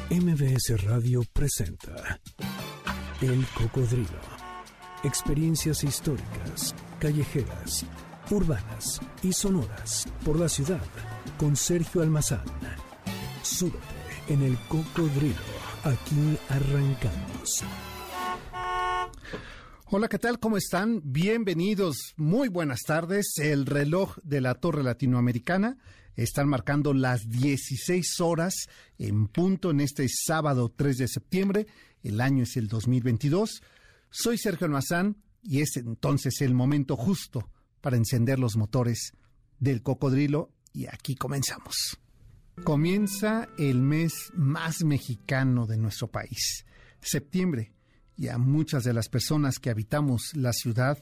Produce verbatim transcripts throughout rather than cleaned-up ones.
M B S Radio presenta El Cocodrilo. Experiencias históricas, callejeras, urbanas y sonoras por la ciudad con Sergio Almazán. Súbete en El Cocodrilo. Aquí arrancamos. Hola, ¿qué tal? ¿Cómo están? Bienvenidos. Muy buenas tardes. El reloj de la Torre Latinoamericana están marcando las dieciséis horas en punto en este sábado tres de septiembre. El año es el dos mil veintidós. Soy Sergio Almazán y es entonces el momento justo para encender los motores del Cocodrilo y aquí comenzamos. Comienza el mes más mexicano de nuestro país, septiembre, y a muchas de las personas que habitamos la ciudad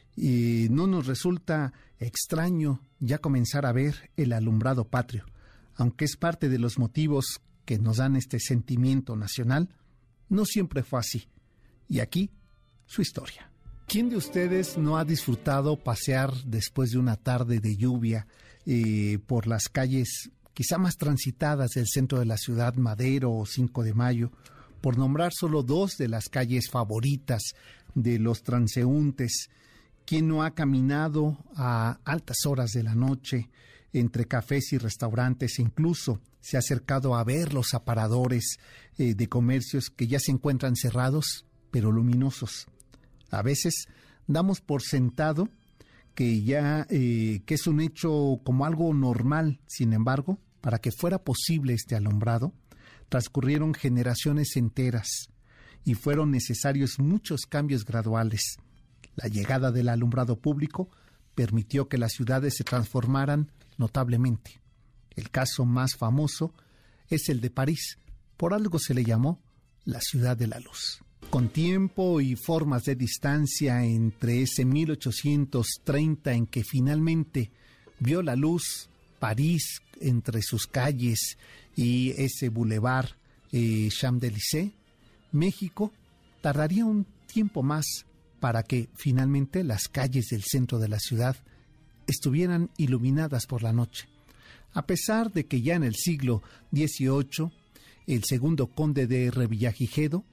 y no nos resulta extraño ya comenzar a ver el alumbrado patrio, aunque es parte de los motivos que nos dan este sentimiento nacional. No siempre fue así, y aquí su historia. ¿Quién de ustedes no ha disfrutado pasear después de una tarde de lluvia eh, por las calles quizá más transitadas del centro de la ciudad, Madero o cinco de mayo, por nombrar solo dos de las calles favoritas de los transeúntes? ¿Quién no ha caminado a altas horas de la noche entre cafés y restaurantes e incluso se ha acercado a ver los aparadores eh, de comercios que ya se encuentran cerrados, pero luminosos? A veces damos por sentado que ya eh, que es un hecho como algo normal. Sin embargo, para que fuera posible este alumbrado, transcurrieron generaciones enteras y fueron necesarios muchos cambios graduales. La llegada del alumbrado público permitió que las ciudades se transformaran notablemente. El caso más famoso es el de París. Por algo se le llamó la ciudad de la luz. Con tiempo y formas de distancia entre ese mil ochocientos treinta en que finalmente vio la luz París entre sus calles y ese bulevar eh, Champs-Élysées, México tardaría un tiempo más para que finalmente las calles del centro de la ciudad estuvieran iluminadas por la noche. A pesar de que ya en el siglo dieciocho, el segundo conde de Revillagigedo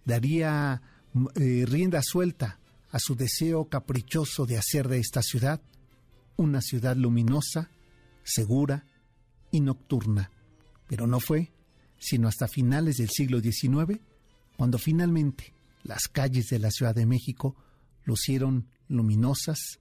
daría eh, rienda suelta a su deseo caprichoso de hacer de esta ciudad una ciudad luminosa, segura y nocturna. Pero no fue sino hasta finales del siglo diecinueve cuando finalmente las calles de la Ciudad de México lucieron luminosas,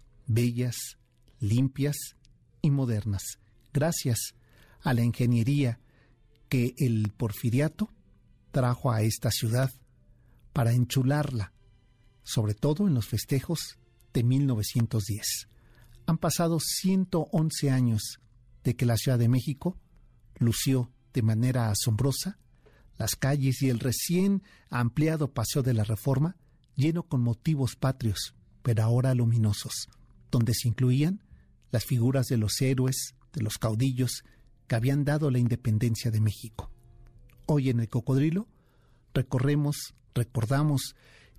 bellas, limpias y modernas, gracias a la ingeniería que el Porfiriato trajo a esta ciudad para enchularla, sobre todo en los festejos de mil novecientos diez. Han pasado ciento once años de que la Ciudad de México lució de manera asombrosa las calles y el recién ampliado Paseo de la Reforma, lleno con motivos patrios, pero ahora luminosos, donde se incluían las figuras de los héroes, de los caudillos que habían dado la independencia de México. Hoy en El Cocodrilo recorremos, recordamos,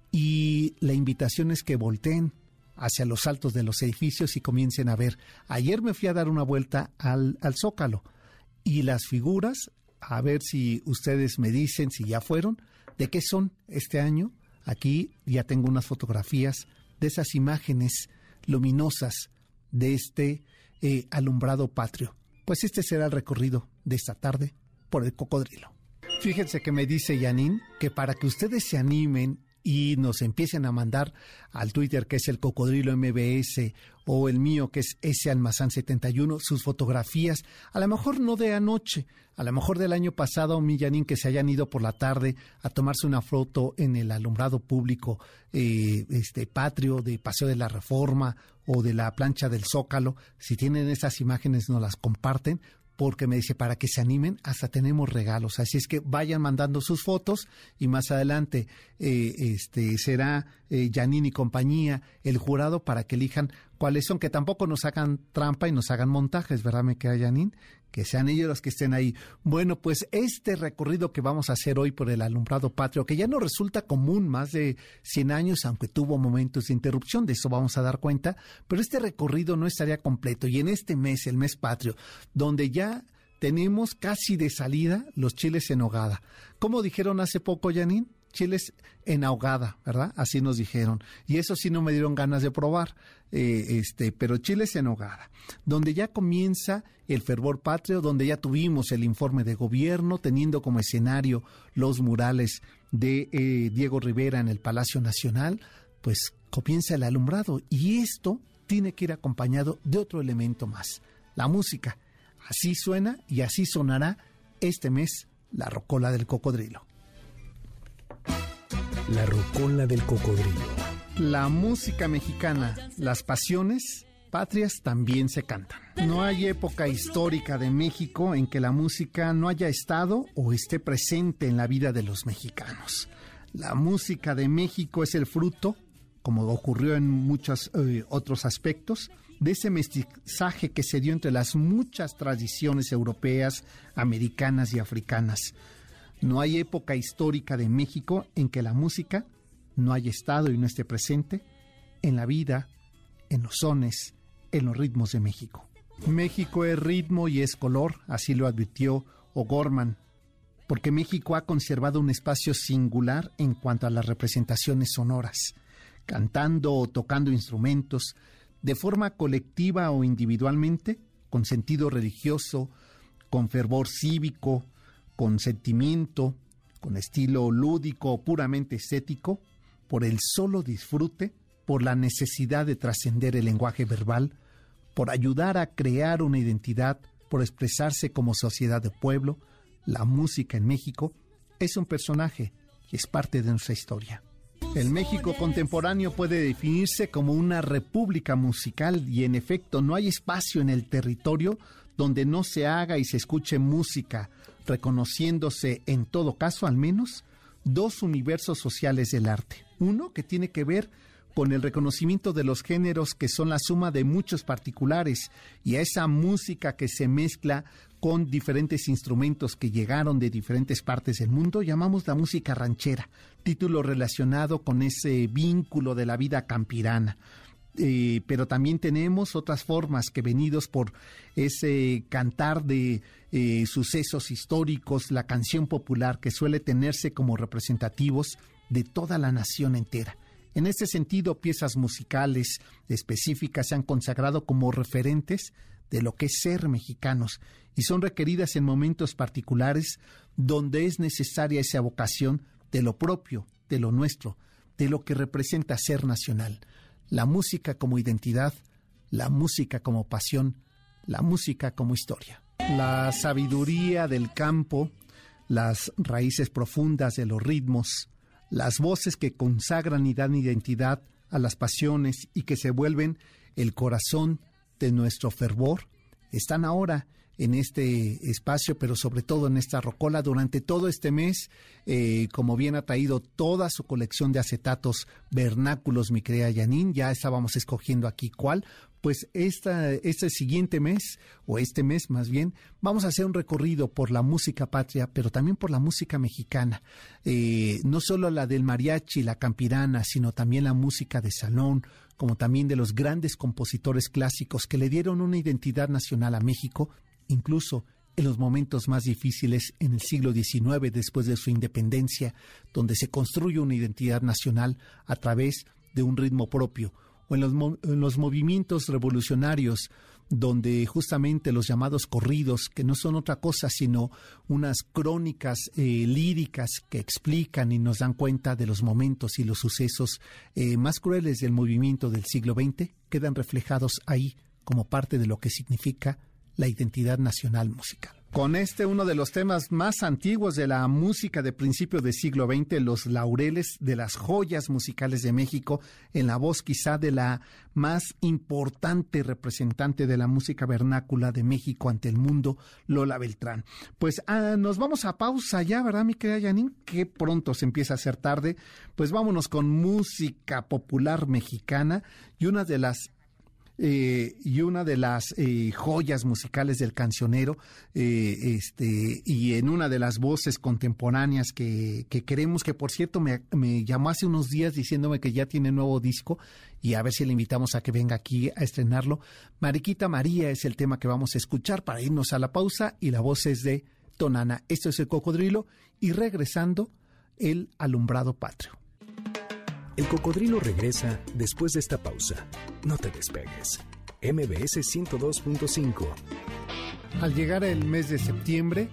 y la invitación es que volteen hacia los altos de los edificios y comiencen a ver. Ayer me fui a dar una vuelta al, al Zócalo y las figuras, a ver si ustedes me dicen si ya fueron, de qué son este año. Aquí ya tengo unas fotografías de esas imágenes luminosas de este eh, alumbrado patrio. Pues este será el recorrido de esta tarde por El Cocodrilo. Fíjense que me dice Yanin que para que ustedes se animen y nos empiecen a mandar al Twitter, que es el Cocodrilo M B S, o el mío, que es S Almazán setenta y uno, sus fotografías, a lo mejor no de anoche, a lo mejor del año pasado, mi Yanin, que se hayan ido por la tarde a tomarse una foto en el alumbrado público eh, este patrio de Paseo de la Reforma o de la plancha del Zócalo. Si tienen esas imágenes, nos las comparten, porque me dice, para que se animen, hasta tenemos regalos. Así es que vayan mandando sus fotos y más adelante eh, este será eh, Yanin y compañía, el jurado, para que elijan cuáles son, que tampoco nos hagan trampa y nos hagan montajes, ¿verdad? Me queda Yanin, que sean ellos los que estén ahí. Bueno, pues este recorrido que vamos a hacer hoy por el alumbrado patrio, que ya no resulta común, más de cien años, aunque tuvo momentos de interrupción, de eso vamos a dar cuenta, pero este recorrido no estaría completo. Y en este mes, el mes patrio, donde ya tenemos casi de salida los chiles en nogada. ¿Cómo dijeron hace poco, Janine? Chiles en ahogada, ¿verdad? Así nos dijeron. Y eso sí no me dieron ganas de probar, eh, este, pero chiles en ahogada, donde ya comienza el fervor patrio, donde ya tuvimos el informe de gobierno, teniendo como escenario los murales de eh, Diego Rivera en el Palacio Nacional, pues comienza el alumbrado. Y esto tiene que ir acompañado de otro elemento más, la música. Así suena y así sonará este mes la Rocola del Cocodrilo. La Rocola del Cocodrilo. La música mexicana, las pasiones patrias también se cantan. No hay época histórica de México en que la música no haya estado o esté presente en la vida de los mexicanos. La música de México es el fruto, como ocurrió en muchos eh, otros aspectos, de ese mestizaje que se dio entre las muchas tradiciones europeas, americanas y africanas. No hay época histórica de México en que la música no haya estado y no esté presente en la vida, en los sones, en los ritmos de México. México es ritmo y es color, así lo advirtió O'Gorman, porque México ha conservado un espacio singular en cuanto a las representaciones sonoras, cantando o tocando instrumentos, de forma colectiva o individualmente, con sentido religioso, con fervor cívico, con sentimiento, con estilo lúdico o puramente estético, por el solo disfrute, por la necesidad de trascender el lenguaje verbal, por ayudar a crear una identidad, por expresarse como sociedad de pueblo. La música en México es un personaje y es parte de nuestra historia. El México contemporáneo puede definirse como una república musical y en efecto no hay espacio en el territorio donde no se haga y se escuche música, reconociéndose en todo caso al menos dos universos sociales del arte. Uno que tiene que ver con el reconocimiento de los géneros que son la suma de muchos particulares y a esa música que se mezcla con diferentes instrumentos que llegaron de diferentes partes del mundo, llamamos la música ranchera, título relacionado con ese vínculo de la vida campirana. Eh, pero también tenemos otras formas que venidos por ese cantar de eh, sucesos históricos, la canción popular que suele tenerse como representativos de toda la nación entera. En este sentido, piezas musicales específicas se han consagrado como referentes de lo que es ser mexicanos y son requeridas en momentos particulares donde es necesaria esa vocación de lo propio, de lo nuestro, de lo que representa ser nacional. La música como identidad, la música como pasión, la música como historia. La sabiduría del campo, las raíces profundas de los ritmos, las voces que consagran y dan identidad a las pasiones y que se vuelven el corazón de nuestro fervor, están ahora en este espacio, pero sobre todo en esta rocola durante todo este mes, eh, como bien ha traído toda su colección de acetatos vernáculos, mi querida Janine, ya estábamos escogiendo aquí cuál, pues esta, este siguiente mes, o este mes más bien, vamos a hacer un recorrido por la música patria, pero también por la música mexicana, eh, no solo la del mariachi, la campirana, sino también la música de salón, como también de los grandes compositores clásicos que le dieron una identidad nacional a México, incluso en los momentos más difíciles en el siglo diecinueve, después de su independencia, donde se construye una identidad nacional a través de un ritmo propio, o en los, en los movimientos revolucionarios, donde justamente los llamados corridos, que no son otra cosa sino unas crónicas eh, líricas que explican y nos dan cuenta de los momentos y los sucesos eh, más crueles del movimiento del siglo veinte, quedan reflejados ahí como parte de lo que significa la identidad nacional musical. Con este, uno de los temas más antiguos de la música de principios del siglo veinte, los laureles de las joyas musicales de México, en la voz quizá de la más importante representante de la música vernácula de México ante el mundo, Lola Beltrán. Pues ah, nos vamos a pausa ya, ¿verdad, mi querida Janine? Que pronto se empieza a hacer tarde. Pues vámonos con música popular mexicana y una de las eh, y una de las eh, joyas musicales del cancionero, eh, este, y en una de las voces contemporáneas que, que queremos, que por cierto me, me llamó hace unos días diciéndome que ya tiene nuevo disco, y a ver si le invitamos a que venga aquí a estrenarlo. Mariquita María es el tema que vamos a escuchar para irnos a la pausa, y la voz es de Tonana. Esto es El Cocodrilo, y regresando, el alumbrado patrio. El Cocodrilo regresa después de esta pausa. No te despegues. M B S ciento dos punto cinco. Al llegar el mes de septiembre,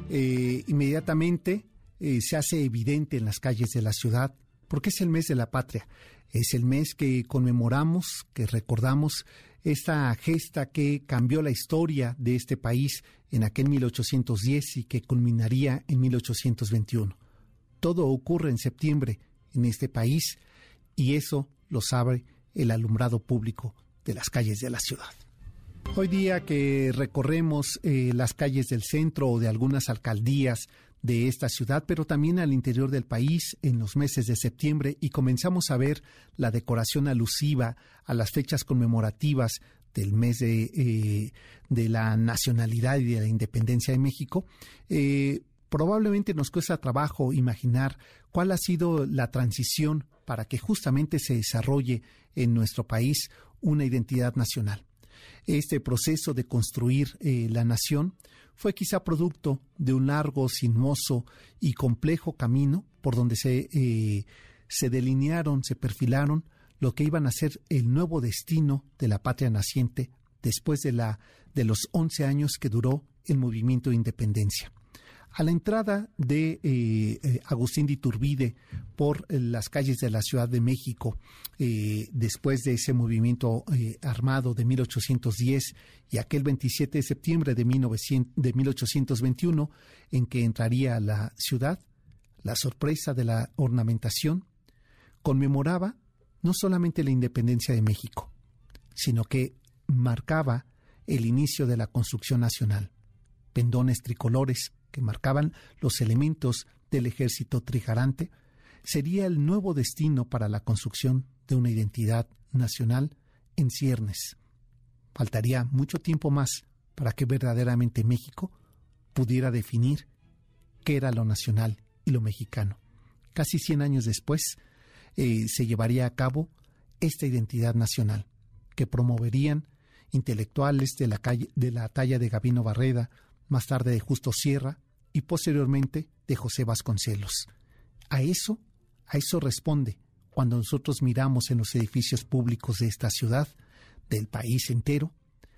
eh, inmediatamente eh, se hace evidente en las calles de la ciudad, porque es el mes de la patria. Es el mes que conmemoramos, que recordamos esta gesta que cambió la historia de este país en aquel mil ochocientos diez y que culminaría en mil ochocientos veintiuno. Todo ocurre en septiembre en este país, y eso lo sabe el alumbrado público de las calles de la ciudad. Hoy día que recorremos eh, las calles del centro o de algunas alcaldías de esta ciudad, pero también al interior del país en los meses de septiembre, y comenzamos a ver la decoración alusiva a las fechas conmemorativas del mes de, eh, de la nacionalidad y de la independencia de México, eh, probablemente nos cuesta trabajo imaginar cuál ha sido la transición para que justamente se desarrolle en nuestro país una identidad nacional. Este proceso de construir eh, la nación fue quizá producto de un largo, sinuoso y complejo camino por donde se, eh, se delinearon, se perfilaron lo que iban a ser el nuevo destino de la patria naciente después de, la, de los once años que duró el movimiento de independencia. A la entrada de eh, eh, Agustín de Iturbide por eh, las calles de la Ciudad de México, eh, después de ese movimiento eh, armado de mil ochocientos diez y aquel veintisiete de septiembre de, mil novecientos, de mil ochocientos veintiuno, en que entraría a la ciudad, la sorpresa de la ornamentación conmemoraba no solamente la independencia de México, sino que marcaba el inicio de la construcción nacional. Pendones tricolores que marcaban los elementos del ejército trigarante, sería el nuevo destino para la construcción de una identidad nacional en ciernes. Faltaría mucho tiempo más para que verdaderamente México pudiera definir qué era lo nacional y lo mexicano. Casi cien años después eh, se llevaría a cabo esta identidad nacional, que promoverían intelectuales de la, calle, de la talla de Gabino Barreda, más tarde de Justo Sierra y posteriormente de José Vasconcelos. A eso, a eso responde cuando nosotros miramos en los edificios públicos de esta ciudad, del país entero,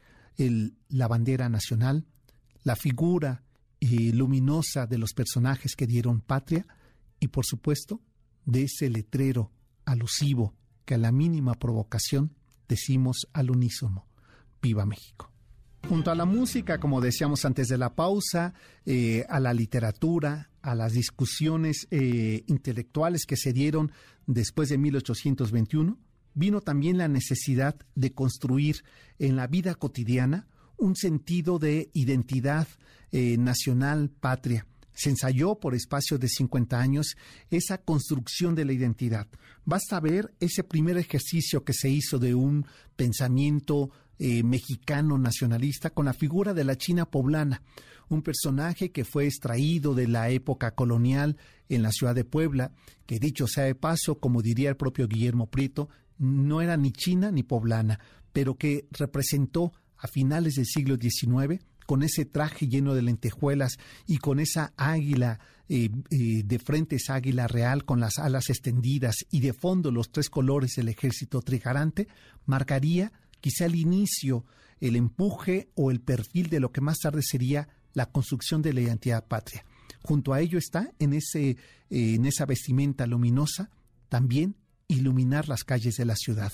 el, la bandera nacional, la figura eh, luminosa de los personajes que dieron patria y, por supuesto, de ese letrero alusivo que a la mínima provocación decimos al unísono: ¡Viva México! Junto a la música, como decíamos antes de la pausa, eh, a la literatura, a las discusiones eh, intelectuales que se dieron después de mil ochocientos veintiuno, vino también la necesidad de construir en la vida cotidiana un sentido de identidad eh, nacional, patria. Se ensayó por espacio de cincuenta años esa construcción de la identidad. Basta ver ese primer ejercicio que se hizo de un pensamiento eh, mexicano nacionalista con la figura de la China poblana, un personaje que fue extraído de la época colonial en la ciudad de Puebla, que dicho sea de paso, como diría el propio Guillermo Prieto, no era ni china ni poblana, pero que representó a finales del siglo diecinueve, con ese traje lleno de lentejuelas y con esa águila, eh, eh, de frente esa águila real con las alas extendidas y de fondo los tres colores del ejército trigarante, marcaría quizá el inicio, el empuje o el perfil de lo que más tarde sería la construcción de la identidad patria. Junto a ello está, en, ese, eh, en esa vestimenta luminosa, también iluminar las calles de la ciudad.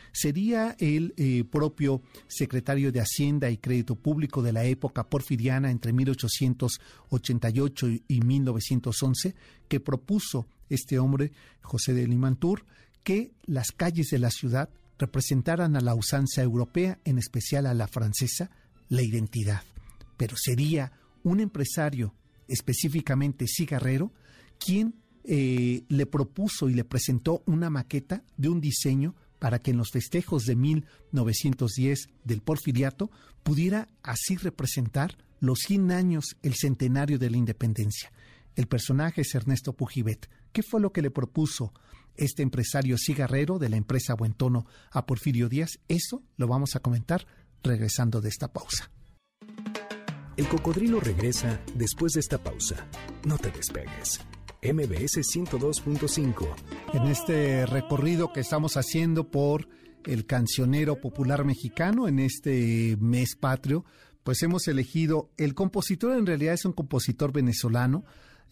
Sería el eh, propio secretario de Hacienda y Crédito Público de la época porfiriana entre mil ochocientos ochenta y ocho y mil novecientos once que propuso este hombre, José de Limantour, que las calles de la ciudad representaran a la usanza europea, en especial a la francesa, la identidad. Pero sería un empresario, específicamente cigarrero, quien Eh, le propuso y le presentó una maqueta de un diseño para que en los festejos de mil novecientos diez del Porfiriato pudiera así representar los cien años, el centenario de la independencia. El personaje es Ernesto Pujibet. ¿Qué fue lo que le propuso este empresario cigarrero de la empresa Buen Tono a Porfirio Díaz? Eso lo vamos a comentar regresando de esta pausa. El cocodrilo regresa después de esta pausa. No te despegues. M B S ciento dos punto cinco. En este recorrido que estamos haciendo por el cancionero popular mexicano en este mes patrio, pues hemos elegido, el compositor en realidad es un compositor venezolano,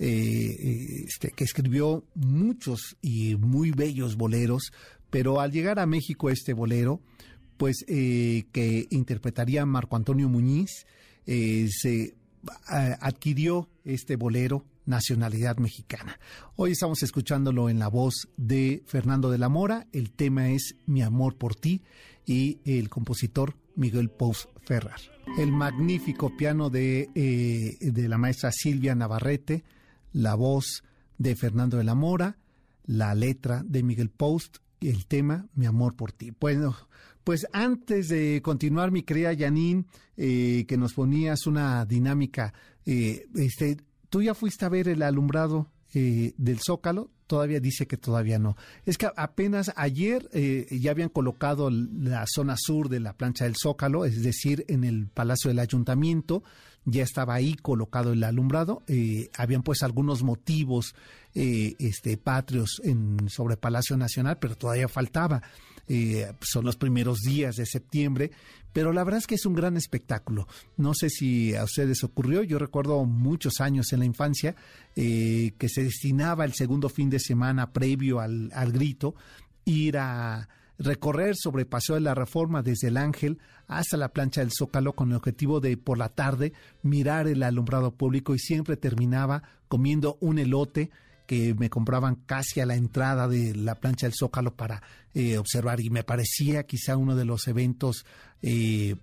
eh, este, que escribió muchos y muy bellos boleros, pero al llegar a México este bolero, pues eh, que interpretaría Marco Antonio Muñiz, eh, se a, adquirió este bolero nacionalidad mexicana. Hoy estamos escuchándolo en la voz de Fernando de la Mora. El tema es Mi amor por ti y el compositor Miguel Pous Ferrer. El magnífico piano de, eh, de la maestra Silvia Navarrete, la voz de Fernando de la Mora, la letra de Miguel Pous y el tema Mi amor por ti. Bueno, pues antes de continuar, mi querida Janine, eh, que nos ponías una dinámica, eh, este, ¿tú ya fuiste a ver el alumbrado eh, del Zócalo? Todavía dice que todavía no. Es que apenas ayer eh, ya habían colocado la zona sur de la plancha del Zócalo, es decir, en el Palacio del Ayuntamiento, ya estaba ahí colocado el alumbrado. Eh, habían pues algunos motivos eh, este, patrios en, sobre Palacio Nacional, pero todavía faltaba. Eh, son los primeros días de septiembre, pero la verdad es que es un gran espectáculo. No sé si a ustedes ocurrió, yo recuerdo muchos años en la infancia eh, que se destinaba el segundo fin de semana previo al, al grito, ir a recorrer sobre Paseo de la Reforma desde el Ángel hasta la plancha del Zócalo con el objetivo de por la tarde mirar el alumbrado público, y siempre terminaba comiendo un elote que me compraban casi a la entrada de la plancha del Zócalo para eh, observar, y me parecía quizá uno de los eventos eh,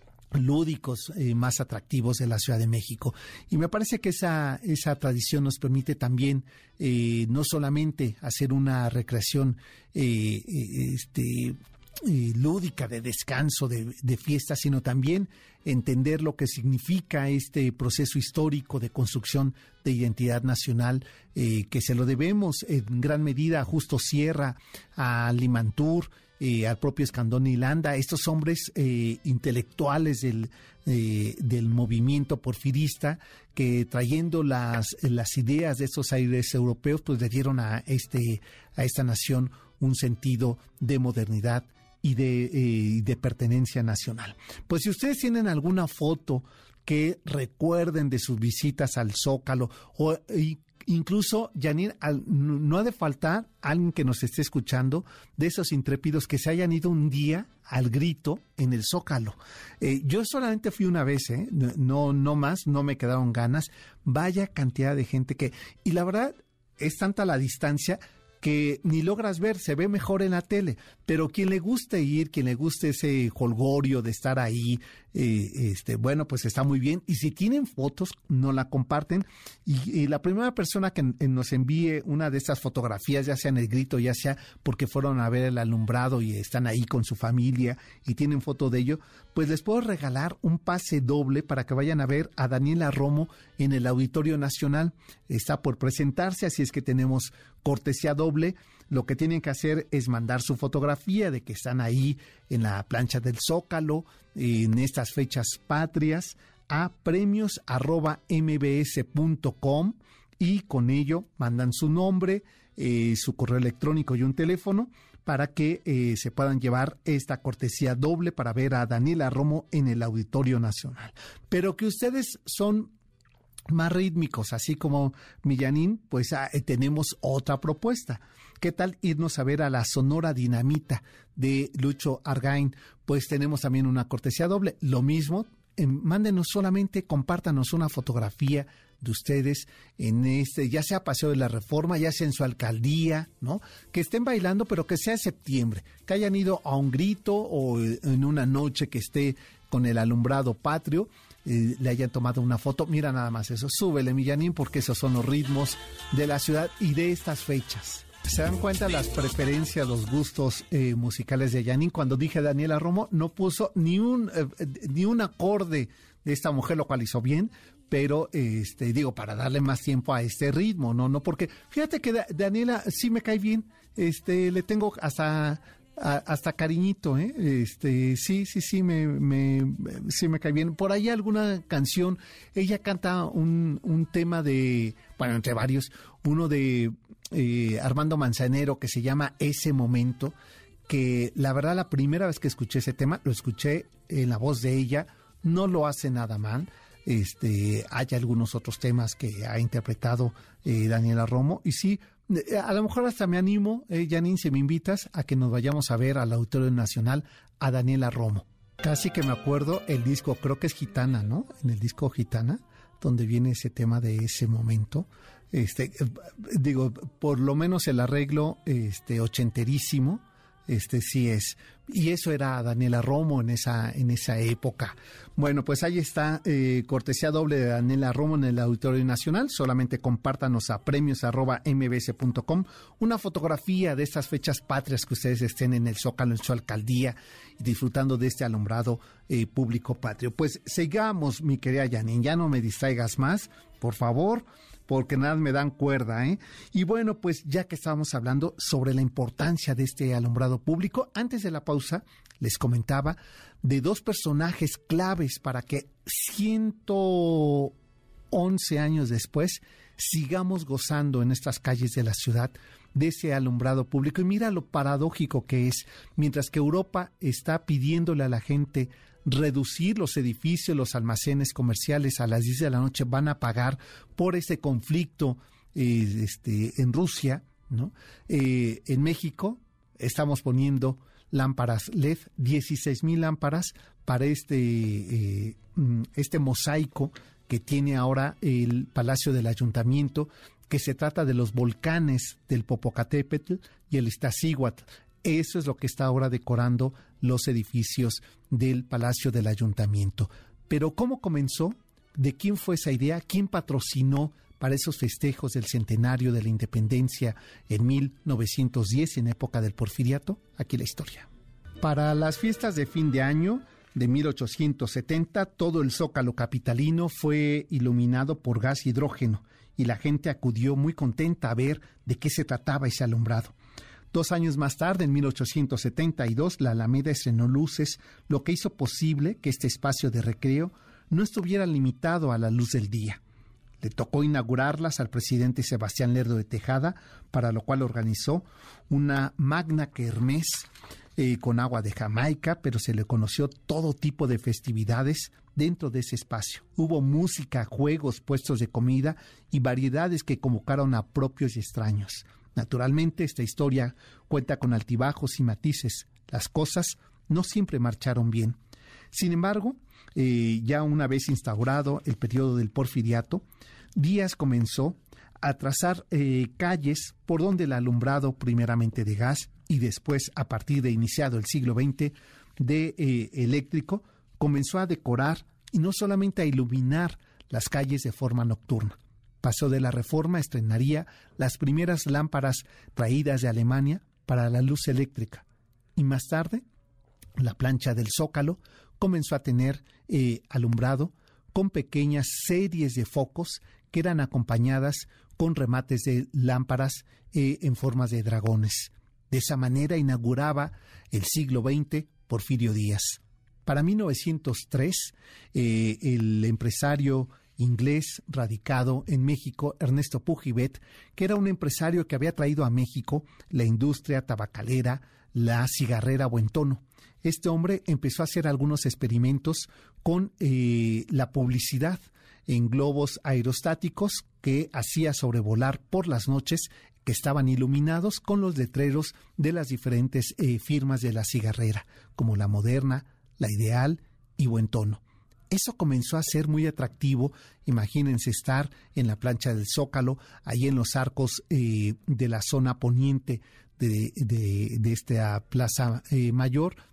lúdicos eh, más atractivos de la Ciudad de México. Y me parece que esa, esa tradición nos permite también eh, no solamente hacer una recreación eh, este, eh, lúdica, de descanso, de, de fiesta, sino también entender lo que significa este proceso histórico de construcción de identidad nacional, eh, que se lo debemos en gran medida a Justo Sierra, a Limantur, eh, al propio Escandón y Landa, estos hombres eh, intelectuales del, eh, del movimiento porfirista, que trayendo las, las ideas de estos aires europeos, pues le dieron a, este, a esta nación un sentido de modernidad y de, eh, de pertenencia nacional. Pues si ustedes tienen alguna foto que recuerden de sus visitas al Zócalo, o incluso, Janine, al, no ha de faltar alguien que nos esté escuchando de esos intrépidos que se hayan ido un día al grito en el Zócalo. Eh, yo solamente fui una vez, ¿eh? no, no más, no me quedaron ganas. Vaya cantidad de gente que... Y la verdad, es tanta la distancia que ni logras ver, se ve mejor en la tele, pero quien le guste ir, quien le guste ese jolgorio de estar ahí, eh, este, bueno, pues está muy bien, y si tienen fotos, no la comparten, y, y la primera persona que nos envíe una de estas fotografías, ya sea en el grito, ya sea porque fueron a ver el alumbrado y están ahí con su familia y tienen foto de ello, pues les puedo regalar un pase doble para que vayan a ver a Daniela Romo en el Auditorio Nacional. Está por presentarse, así es que tenemos cortesía doble. Lo que tienen que hacer es mandar su fotografía de que están ahí en la plancha del Zócalo en estas fechas patrias a premios arroba mbs punto com, y con ello mandan su nombre, eh, su correo electrónico y un teléfono para que eh, se puedan llevar esta cortesía doble para ver a Daniela Romo en el Auditorio Nacional. Pero que ustedes son más rítmicos, así como Millanín, pues ah, tenemos otra propuesta. ¿Qué tal irnos a ver a la Sonora Dinamita de Lucho Argain? Pues tenemos también una cortesía doble. Lo mismo, eh, mándenos solamente, compártanos una fotografía de ustedes en este, ya sea Paseo de la Reforma, ya sea en su alcaldía, ¿no? Que estén bailando, pero que sea septiembre, que hayan ido a un grito o en una noche que esté con el alumbrado patrio, eh, le hayan tomado una foto. Mira nada más eso, súbele, Millanín, porque esos son los ritmos de la ciudad y de estas fechas. Se dan cuenta las preferencias, los gustos eh, musicales de Janine. Cuando dije Daniela Romo, no puso ni un eh, ni un acorde de esta mujer, lo cual hizo bien, pero este digo, para darle más tiempo a este ritmo, no, no, porque fíjate que da, Daniela sí me cae bien, este, le tengo hasta a, hasta cariñito, eh, este, sí, sí, sí, me, me, sí me cae bien. Por ahí alguna canción, ella canta un, un tema de, bueno, entre varios, uno de eh, Armando Manzanero que se llama Ese Momento, que la verdad la primera vez que escuché ese tema, lo escuché en la voz de ella, no lo hace nada mal. Este, hay algunos otros temas que ha interpretado eh, Daniela Romo, y sí, a lo mejor hasta me animo, eh, Janine, si me invitas a que nos vayamos a ver al Auditorio Nacional a Daniela Romo. Casi que me acuerdo el disco, creo que es Gitana, ¿no? En el disco Gitana, donde viene ese tema de Ese Momento. Este, digo, por lo menos el arreglo este, ochenterísimo, este sí es. Y eso era Daniela Romo en esa en esa época. Bueno, pues ahí está, eh, cortesía doble de Daniela Romo en el Auditorio Nacional. Solamente compártanos a premios arroba m b s punto com una fotografía de estas fechas patrias que ustedes estén en el Zócalo, en su alcaldía, y disfrutando de este alumbrado eh, público patrio. Pues sigamos, mi querida Janine, ya no me distraigas más, por favor, porque nada me dan cuerda, ¿eh? Y bueno, pues ya que estábamos hablando sobre la importancia de este alumbrado público, antes de la pausa les comentaba de dos personajes claves para que ciento once años después sigamos gozando en estas calles de la ciudad de ese alumbrado público. Y mira lo paradójico que es, mientras que Europa está pidiéndole a la gente reducir los edificios, los almacenes comerciales a las diez de la noche, van a pagar por ese conflicto eh, este, en Rusia, ¿no? Eh, en México estamos poniendo lámparas L E D, dieciséis mil lámparas para este, eh, este mosaico que tiene ahora el Palacio del Ayuntamiento, que se trata de los volcanes del Popocatépetl y el Iztaccíhuatl. Eso es lo que está ahora decorando los edificios del Palacio del Ayuntamiento. Pero ¿cómo comenzó? ¿De quién fue esa idea? ¿Quién patrocinó para esos festejos del centenario de la independencia en mil novecientos diez, en época del Porfiriato? Aquí la historia. Para las fiestas de fin de año de mil ochocientos setenta, todo el Zócalo capitalino fue iluminado por gas hidrógeno y la gente acudió muy contenta a ver de qué se trataba ese alumbrado. Dos años más tarde, en mil ochocientos setenta y dos, la Alameda estrenó luces, lo que hizo posible que este espacio de recreo no estuviera limitado a la luz del día. Le tocó inaugurarlas al presidente Sebastián Lerdo de Tejada, para lo cual organizó una magna kermés eh, con agua de Jamaica, pero se le conoció todo tipo de festividades dentro de ese espacio. Hubo música, juegos, puestos de comida y variedades que convocaron a propios y extraños. Naturalmente, esta historia cuenta con altibajos y matices. Las cosas no siempre marcharon bien. Sin embargo, eh, ya una vez instaurado el periodo del Porfiriato, Díaz comenzó a trazar eh, calles por donde el alumbrado, primeramente de gas y después, a partir de iniciado el siglo veinte, de eh, eléctrico, comenzó a decorar y no solamente a iluminar las calles de forma nocturna. Pasó de la Reforma, estrenaría las primeras lámparas traídas de Alemania para la luz eléctrica. Y más tarde, la plancha del Zócalo comenzó a tener eh, alumbrado con pequeñas series de focos que eran acompañadas con remates de lámparas eh, en formas de dragones. De esa manera inauguraba el siglo veinte Porfirio Díaz. Para mil novecientos tres, eh, el empresario inglés radicado en México, Ernesto Pujibet, que era un empresario que había traído a México la industria tabacalera, la cigarrera Buen Tono. Este hombre empezó a hacer algunos experimentos con eh, la publicidad en globos aerostáticos que hacía sobrevolar por las noches, que estaban iluminados con los letreros de las diferentes eh, firmas de la cigarrera, como la Moderna, la Ideal y Buen Tono. Eso comenzó a ser muy atractivo. Imagínense estar en la plancha del Zócalo, ahí en los arcos eh, de la zona poniente de, de, de esta Plaza eh, Mayor,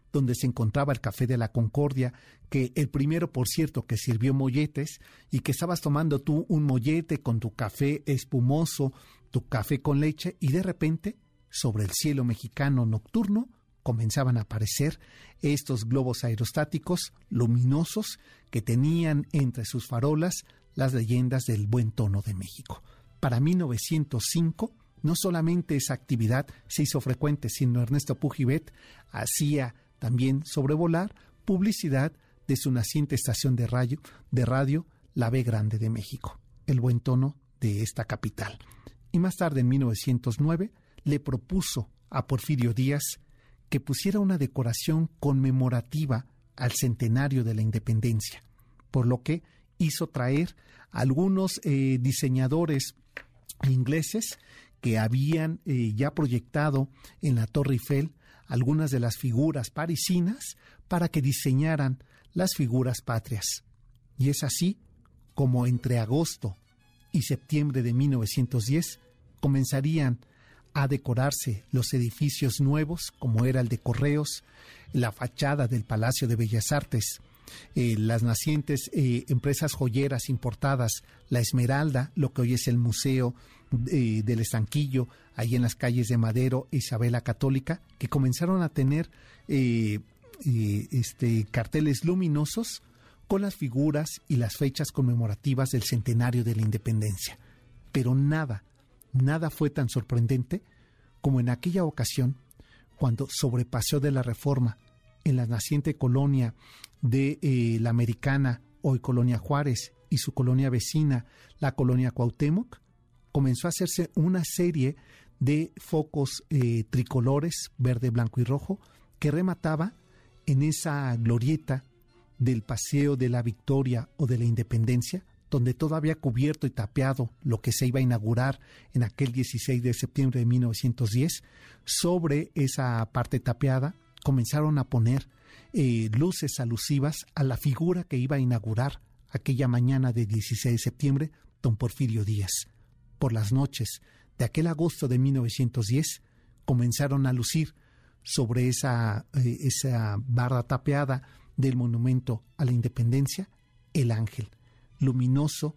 donde se encontraba el Café de la Concordia, que el primero, por cierto, que sirvió molletes, y que estabas tomando tú un mollete con tu café espumoso, tu café con leche, y de repente, sobre el cielo mexicano nocturno, comenzaban a aparecer estos globos aerostáticos luminosos que tenían entre sus farolas las leyendas del buen tono de México. Para mil novecientos cinco, no solamente esa actividad se hizo frecuente, sino Ernesto Pujibet hacía también sobrevolar publicidad de su naciente estación de radio, de radio, La B Grande de México, el buen tono de esta capital. Y más tarde, en mil novecientos nueve, le propuso a Porfirio Díaz que pusiera una decoración conmemorativa al centenario de la independencia, por lo que hizo traer a algunos eh, diseñadores ingleses que habían eh, ya proyectado en la Torre Eiffel algunas de las figuras parisinas para que diseñaran las figuras patrias. Y es así como entre agosto y septiembre de mil novecientos diez comenzarían a decorarse los edificios nuevos, como era el de Correos, la fachada del Palacio de Bellas Artes, eh, las nacientes eh, empresas joyeras importadas, la Esmeralda, lo que hoy es el Museo eh, del Estanquillo, ahí en las calles de Madero e Isabel la Católica, que comenzaron a tener eh, eh, este, carteles luminosos con las figuras y las fechas conmemorativas del centenario de la independencia. Pero nada, nada fue tan sorprendente como en aquella ocasión cuando sobre Paseo de la Reforma, en la naciente colonia de eh, la Americana, hoy Colonia Juárez, y su colonia vecina, la Colonia Cuauhtémoc, comenzó a hacerse una serie de focos eh, tricolores, verde, blanco y rojo, que remataba en esa glorieta del Paseo de la Victoria o de la Independencia, donde todo había cubierto y tapeado lo que se iba a inaugurar en aquel dieciséis de septiembre de mil novecientos diez. Sobre esa parte tapeada comenzaron a poner eh, luces alusivas a la figura que iba a inaugurar aquella mañana de dieciséis de septiembre, don Porfirio Díaz. Por las noches de aquel agosto de mil novecientos diez comenzaron a lucir sobre esa, eh, esa barra tapeada del monumento a la Independencia el ángel luminoso.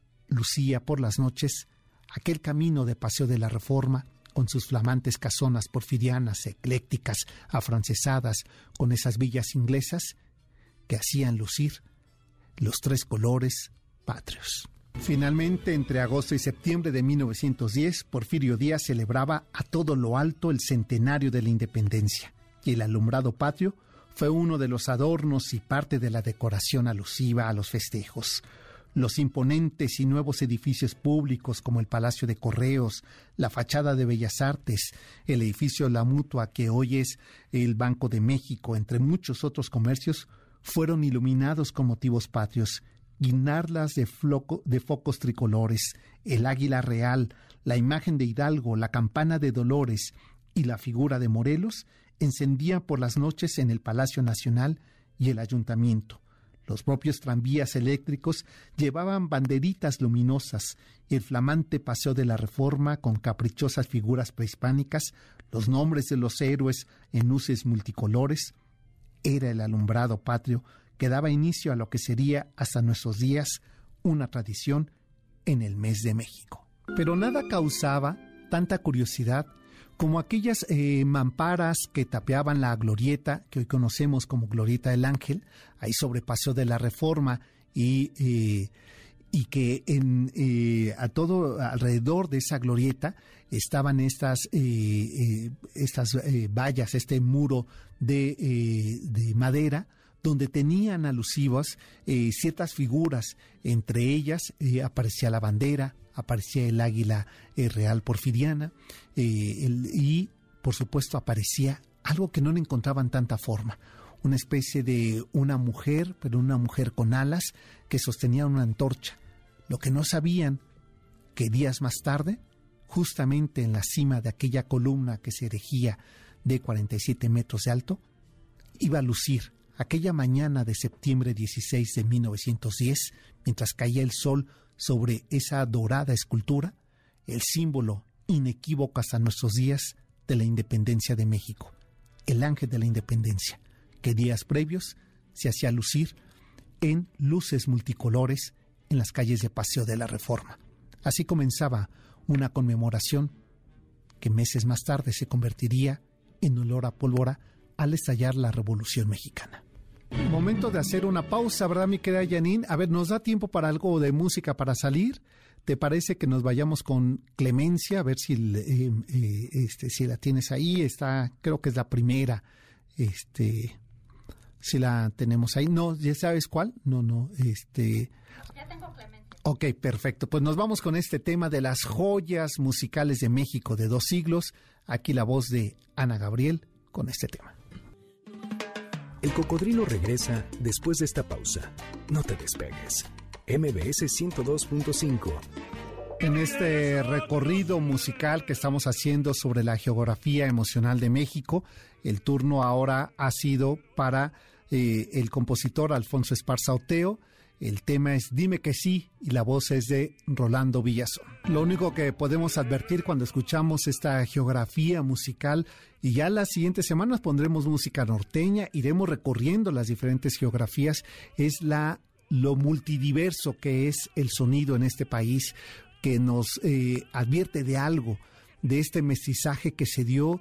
Lucía por las noches aquel camino de Paseo de la Reforma con sus flamantes casonas porfirianas, eclécticas, afrancesadas, con esas villas inglesas que hacían lucir los tres colores patrios. Finalmente, entre agosto y septiembre de mil novecientos diez, Porfirio Díaz celebraba a todo lo alto el centenario de la independencia, y el alumbrado patrio fue uno de los adornos y parte de la decoración alusiva a los festejos. Los imponentes y nuevos edificios públicos como el Palacio de Correos, la fachada de Bellas Artes, el edificio La Mutua, que hoy es el Banco de México, entre muchos otros comercios, fueron iluminados con motivos patrios, guirnaldas de, floco, de focos tricolores, el águila real, la imagen de Hidalgo, la campana de Dolores y la figura de Morelos encendían por las noches en el Palacio Nacional y el Ayuntamiento. Los propios tranvías eléctricos llevaban banderitas luminosas y el flamante Paseo de la Reforma, con caprichosas figuras prehispánicas, los nombres de los héroes en luces multicolores, era el alumbrado patrio que daba inicio a lo que sería hasta nuestros días una tradición en el mes de México. Pero nada causaba tanta curiosidad como aquellas eh, mamparas que tapeaban la glorieta, que hoy conocemos como Glorieta del Ángel, ahí sobre Paseo de la Reforma, y, eh, y que en, eh, a todo alrededor de esa glorieta estaban estas, eh, eh, estas eh, vallas, este muro de, eh, de madera, donde tenían alusivas eh, ciertas figuras. Entre ellas eh, aparecía la bandera, aparecía el águila eh, real porfiriana, eh, el, y por supuesto aparecía algo que no le encontraban tanta forma, una especie de una mujer, pero una mujer con alas, que sostenía una antorcha. Lo que no sabían, que días más tarde, justamente en la cima de aquella columna que se erigía de cuarenta y siete metros de alto, iba a lucir aquella mañana de septiembre dieciséis de mil novecientos diez, mientras caía el sol sobre esa dorada escultura, el símbolo inequívoco hasta nuestros días de la independencia de México, el ángel de la independencia, que días previos se hacía lucir en luces multicolores en las calles de Paseo de la Reforma. Así comenzaba una conmemoración que meses más tarde se convertiría en olor a pólvora al estallar la Revolución Mexicana. Momento de hacer una pausa, ¿verdad, mi querida Janine? A ver, ¿nos da tiempo para algo de música para salir? ¿Te parece que nos vayamos con Clemencia? A ver si, eh, eh, este, si la tienes ahí. Está, creo que es la primera. Este, si la tenemos ahí. No, ¿ya sabes cuál? No, no. Este. Ya tengo Clemencia. Ok, perfecto. Pues nos vamos con este tema de las joyas musicales de México de dos siglos. Aquí la voz de Ana Gabriel con este tema. El cocodrilo regresa después de esta pausa. No te despegues. M B S ciento dos punto cinco. En este recorrido musical que estamos haciendo sobre la geografía emocional de México, el turno ahora ha sido para eh, el compositor Alfonso Esparza Oteo. El tema es Dime que sí y la voz es de Rolando Villazón. Lo único que podemos advertir cuando escuchamos esta geografía musical, y ya las siguientes semanas pondremos música norteña, iremos recorriendo las diferentes geografías, es la lo multidiverso que es el sonido en este país, que nos eh, advierte de algo, de este mestizaje que se dio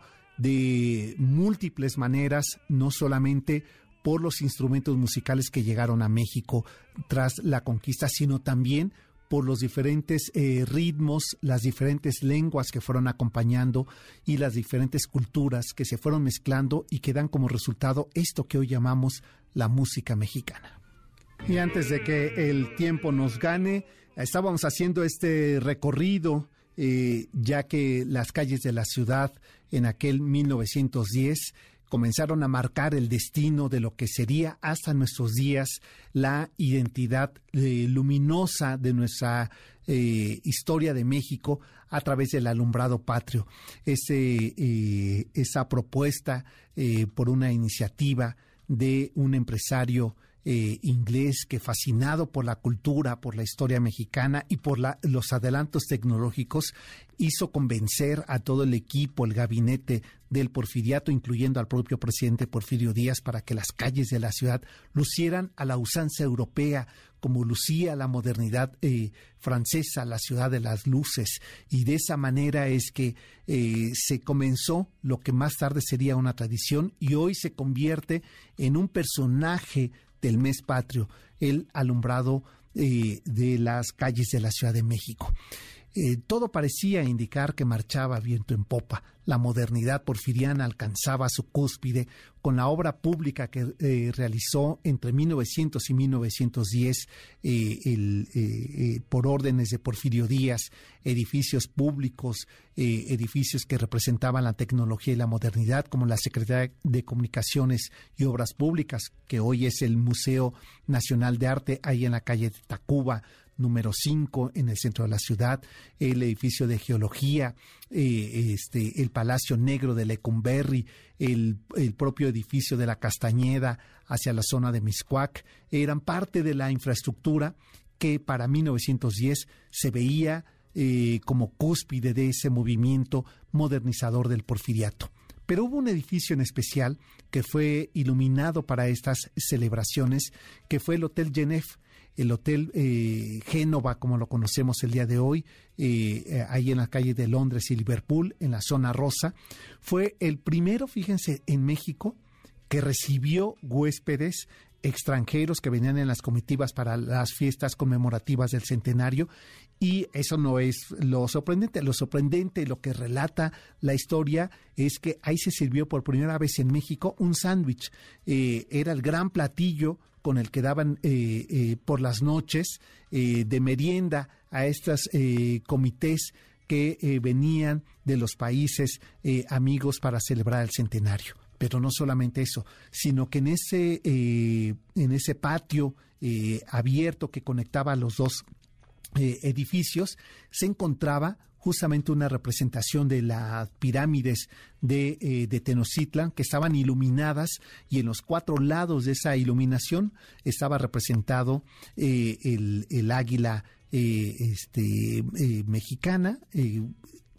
de múltiples maneras, no solamente por los instrumentos musicales que llegaron a México tras la conquista, sino también por los diferentes eh, ritmos, las diferentes lenguas que fueron acompañando y las diferentes culturas que se fueron mezclando y que dan como resultado esto que hoy llamamos la música mexicana. Y antes de que el tiempo nos gane, estábamos haciendo este recorrido, eh, ya que las calles de la ciudad en aquel mil novecientos diez comenzaron a marcar el destino de lo que sería hasta nuestros días la identidad eh, luminosa de nuestra eh, historia de México a través del alumbrado patrio. Ese, eh, esa propuesta eh, por una iniciativa de un empresario Eh, inglés que, fascinado por la cultura, por la historia mexicana y por la, los adelantos tecnológicos, hizo convencer a todo el equipo, el gabinete del Porfiriato, incluyendo al propio presidente Porfirio Díaz, para que las calles de la ciudad lucieran a la usanza europea, como lucía la modernidad eh, francesa, la ciudad de las luces. Y de esa manera es que eh, se comenzó lo que más tarde sería una tradición y hoy se convierte en un personaje del mes patrio, el alumbrado eh, de las calles de la Ciudad de México. Eh, todo parecía indicar que marchaba viento en popa. La modernidad porfiriana alcanzaba su cúspide con la obra pública que eh, realizó entre mil novecientos y mil novecientos diez eh, el, eh, eh, por órdenes de Porfirio Díaz, edificios públicos, eh, edificios que representaban la tecnología y la modernidad, como la Secretaría de Comunicaciones y Obras Públicas, que hoy es el Museo Nacional de Arte, ahí en la calle de Tacuba, número cinco, en el centro de la ciudad, el edificio de geología, eh, este, el Palacio Negro de Lecumberri, el, el propio edificio de la Castañeda hacia la zona de Mixcoac, eran parte de la infraestructura que para mil novecientos diez se veía eh, como cúspide de ese movimiento modernizador del porfiriato. Pero hubo un edificio en especial que fue iluminado para estas celebraciones, que fue el Hotel Genève, el Hotel eh, Génova, como lo conocemos el día de hoy, eh, ahí en la calle de Londres y Liverpool, en la zona rosa. Fue el primero, fíjense, en México que recibió huéspedes extranjeros que venían en las comitivas para las fiestas conmemorativas del centenario. Y eso no es lo sorprendente. Lo sorprendente, lo que relata la historia, es que ahí se sirvió por primera vez en México un sándwich. Eh, era el gran platillo con el que daban eh, eh, por las noches eh, de merienda a estos eh, comités que eh, venían de los países eh, amigos para celebrar el centenario. Pero no solamente eso, sino que en ese, eh, en ese patio eh, abierto que conectaba los dos eh, edificios, se encontraba justamente una representación de las pirámides de, eh, de Tenochtitlan, que estaban iluminadas, y en los cuatro lados de esa iluminación estaba representado eh, el, el águila eh, este, eh, mexicana, eh,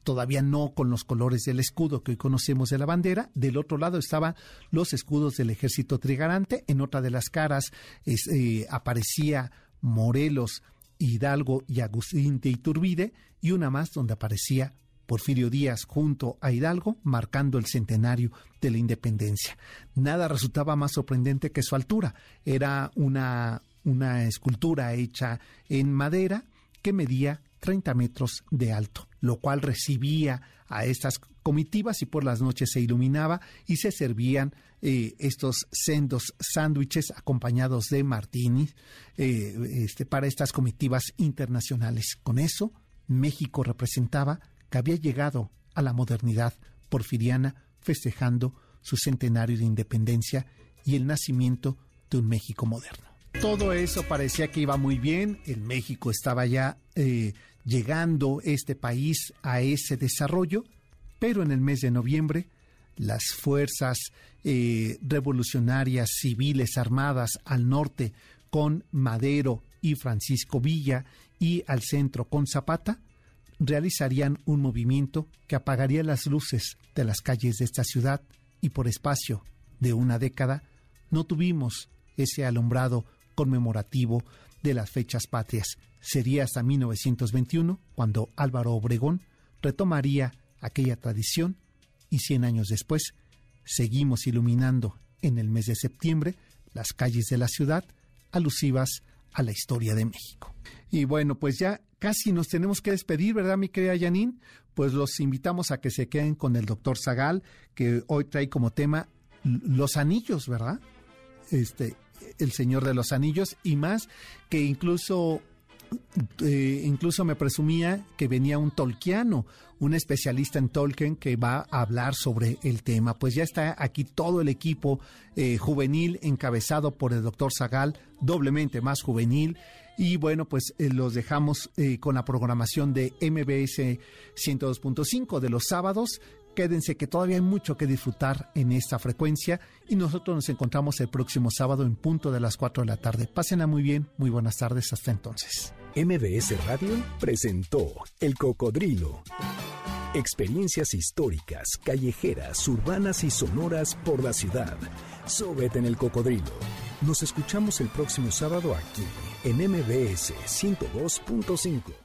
todavía no con los colores del escudo que hoy conocemos de la bandera. Del otro lado estaban los escudos del ejército trigarante. En otra de las caras es, eh, aparecía Morelos, Hidalgo y Agustín de Iturbide, y una más donde aparecía Porfirio Díaz junto a Hidalgo, marcando el centenario de la independencia. Nada resultaba más sorprendente que su altura. Era una, una escultura hecha en madera que medía treinta metros de alto, lo cual recibía a estas comitivas y por las noches se iluminaba y se servían eh, estos sendos sándwiches acompañados de martinis eh, este, para estas comitivas internacionales. Con eso, México representaba que había llegado a la modernidad porfiriana, festejando su centenario de independencia y el nacimiento de un México moderno. Todo eso parecía que iba muy bien. El México estaba ya eh, llegando, este país, a ese desarrollo, pero en el mes de noviembre las fuerzas eh, revolucionarias civiles armadas al norte con Madero y Francisco Villa y al centro con Zapata realizarían un movimiento que apagaría las luces de las calles de esta ciudad y por espacio de una década no tuvimos ese alumbrado conmemorativo de las fechas patrias. Sería hasta mil novecientos veintiuno cuando Álvaro Obregón retomaría aquella tradición y cien años después seguimos iluminando en el mes de septiembre las calles de la ciudad alusivas a la historia de México. Y bueno, pues ya casi nos tenemos que despedir, ¿verdad, mi querida Janine? Pues los invitamos a que se queden con el doctor Zagal, que hoy trae como tema los anillos, ¿verdad? Este, el Señor de los Anillos, y más que incluso eh, incluso me presumía que venía un tolkiano, un especialista en Tolkien que va a hablar sobre el tema. Pues ya está aquí todo el equipo eh, juvenil encabezado por el doctor Zagal, doblemente más juvenil. Y bueno, pues eh, los dejamos eh, con la programación de M B S ciento dos punto cinco de los sábados. Quédense que todavía hay mucho que disfrutar en esta frecuencia y nosotros nos encontramos el próximo sábado en punto de las cuatro de la tarde. Pásenla muy bien, muy buenas tardes, hasta entonces. M B S Radio presentó El Cocodrilo. Experiencias históricas, callejeras, urbanas y sonoras por la ciudad. Sóbete en El Cocodrilo. Nos escuchamos el próximo sábado aquí en M B S ciento dos punto cinco.